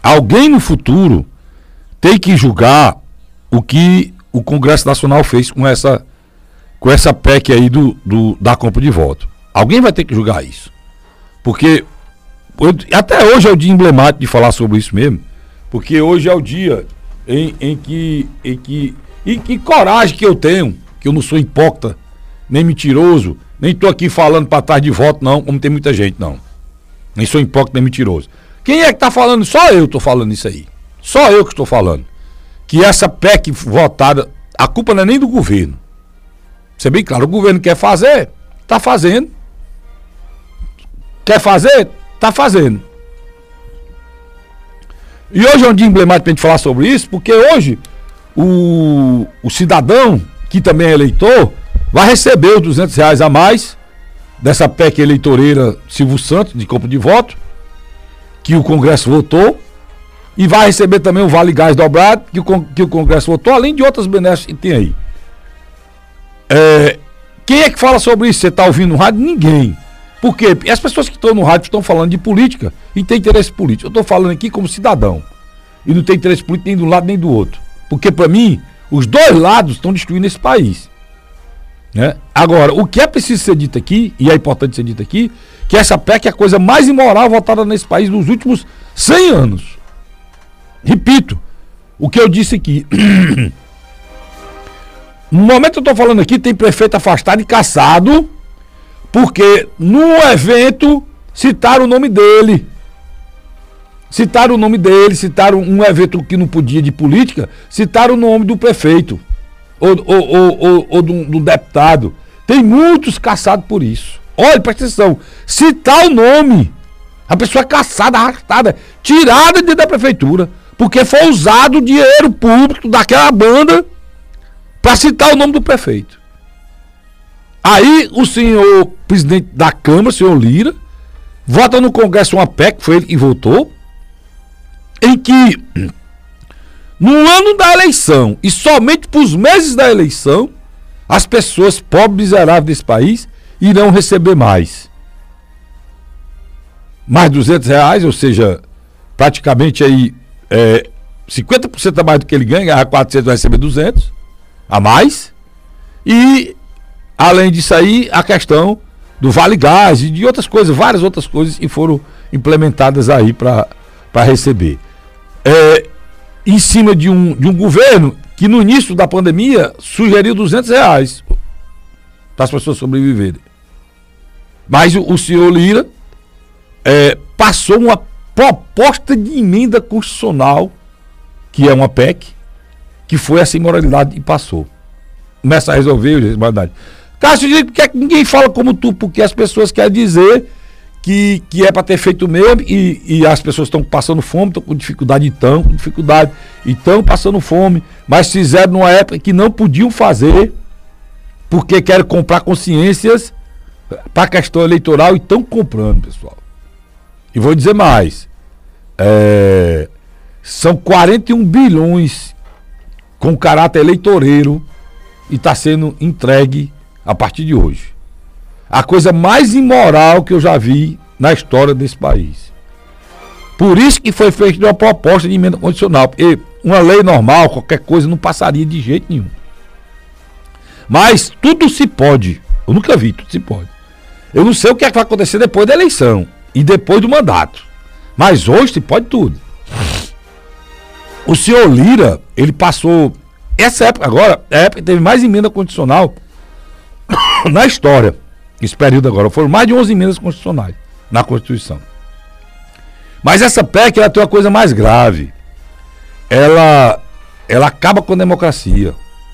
alguém no futuro tem que julgar o que o Congresso Nacional fez com essa PEC aí da compra de voto. Alguém vai ter que julgar isso. Porque até hoje é o dia emblemático de falar sobre isso mesmo. Porque hoje é o dia em que coragem que eu tenho, que eu não sou hipócrita, nem mentiroso, nem estou aqui falando para trás de voto, não, como tem muita gente, não. Nem sou hipócrita nem mentiroso. Quem é que está falando? Só eu estou falando isso aí. Só eu que estou falando. Que essa PEC votada, a culpa não é nem do governo. Isso é bem claro. O governo quer fazer, está fazendo. Quer fazer, está fazendo. E hoje é um dia emblemático para a gente falar sobre isso, porque hoje o cidadão, que também é eleitor, vai receber os R$200 a mais dessa PEC eleitoreira Silvio Santos, de compra de voto, que o Congresso votou, e vai receber também o Vale Gás dobrado, que o Congresso votou, além de outras benesses que tem aí. Quem é que fala sobre isso? Você está ouvindo no rádio? Ninguém. Por quê? Porque as pessoas que estão no rádio estão falando de política e tem interesse político. Eu estou falando aqui como cidadão. E não tem interesse político nem de um lado nem do outro. Porque, para mim, os dois lados estão destruindo esse país. Né? Agora, o que é preciso ser dito aqui, e é importante ser dito aqui, que essa PEC é a coisa mais imoral votada nesse país nos últimos 100 anos. Repito, o que eu disse aqui. No momento que eu estou falando aqui, tem prefeito afastado e cassado, porque no evento citaram o nome dele. Citaram o nome dele, citaram um evento que não podia de política, citaram o nome do prefeito ou do deputado. Tem muitos caçados por isso. Olha, presta atenção, citar o nome, a pessoa é caçada, arrastada, tirada da prefeitura, porque foi usado o dinheiro público daquela banda para citar o nome do prefeito. Aí o senhor presidente da Câmara, o senhor Lira, vota no Congresso uma PEC, foi ele que votou, em que no ano da eleição e somente para os meses da eleição, as pessoas pobres e miseráveis desse país irão receber mais R$200, ou seja, praticamente aí 50% a mais do que ele ganha, 400 vai receber 200 a mais. E além disso aí, a questão do Vale Gás e de outras coisas, várias outras coisas que foram implementadas aí para receber. Em cima de um governo que no início da pandemia sugeriu R$200 para as pessoas sobreviverem. Mas o senhor Lira passou uma proposta de emenda constitucional, que é uma PEC, que foi essa imoralidade e passou. Começa a resolver a imoralidade. Cássio, por que ninguém fala como tu? Porque as pessoas querem dizer que é para ter feito mesmo e as pessoas estão passando fome, estão com dificuldade e estão passando fome, mas fizeram numa época que não podiam fazer porque querem comprar consciências para a questão eleitoral e estão comprando, pessoal. E vou dizer mais, são 41 bilhões com caráter eleitoreiro e está sendo entregue a partir de hoje. A coisa mais imoral que eu já vi na história desse país. Por isso que foi feita uma proposta de emenda condicional, porque uma lei normal, qualquer coisa, não passaria de jeito nenhum. Mas tudo se pode. Eu nunca vi, tudo se pode. Eu não sei o que é que vai acontecer depois da eleição e depois do mandato. Mas hoje se pode tudo. O senhor Lira, ele passou... Essa época agora, é a época que teve mais emenda condicional na história. Esse período agora, foram mais de 11 emendas constitucionais na Constituição. Mas essa PEC, ela tem uma coisa mais grave. Ela acaba com a democracia.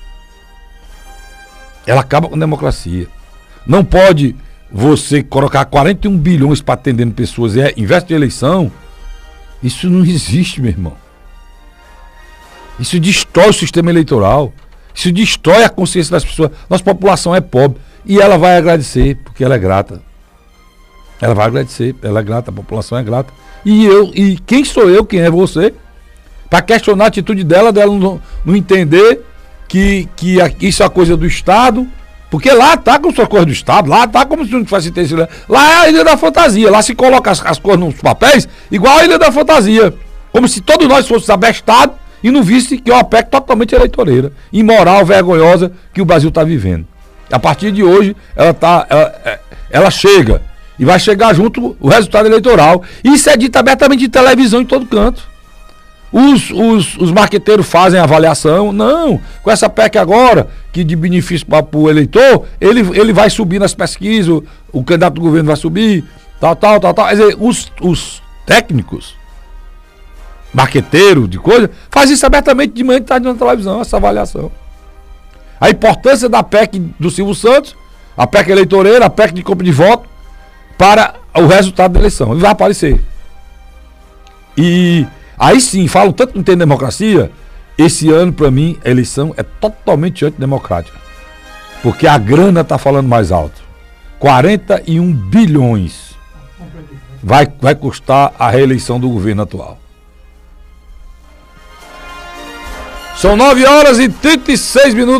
Ela acaba com a democracia. Não pode você colocar 41 bilhões para atender pessoas em vez de eleição. Isso não existe, meu irmão. Isso destrói o sistema eleitoral. Isso destrói a consciência das pessoas. Nossa população é pobre. E ela vai agradecer, porque ela é grata. Ela vai agradecer, ela é grata, a população é grata. E quem sou eu, quem é você, para questionar a atitude dela não entender que isso é a coisa do Estado, porque lá tá com sua coisa do Estado, lá tá como se não fosse lá é a Ilha da Fantasia, lá se coloca as coisas nos papéis, igual a Ilha da Fantasia. Como se todos nós fôssemos abestados e não visse que é uma PEC totalmente eleitoreira, imoral, vergonhosa que o Brasil está vivendo. A partir de hoje, ela chega e vai chegar junto o resultado eleitoral. Isso é dito abertamente em televisão em todo canto. Os marqueteiros fazem avaliação. Não, com essa PEC agora, que de benefício para o eleitor, ele vai subir nas pesquisas, o candidato do governo vai subir, tal. Quer dizer, os técnicos, marqueteiros de coisa, fazem isso abertamente de manhã e tarde na televisão, essa avaliação. A importância da PEC do Silvio Santos, a PEC eleitoreira, a PEC de compra de voto, para o resultado da eleição. E vai aparecer. E aí sim, falam tanto que não tem democracia. Esse ano, para mim, a eleição é totalmente antidemocrática. Porque a grana está falando mais alto. 41 bilhões vai custar a reeleição do governo atual. São 9 horas e 36 minutos.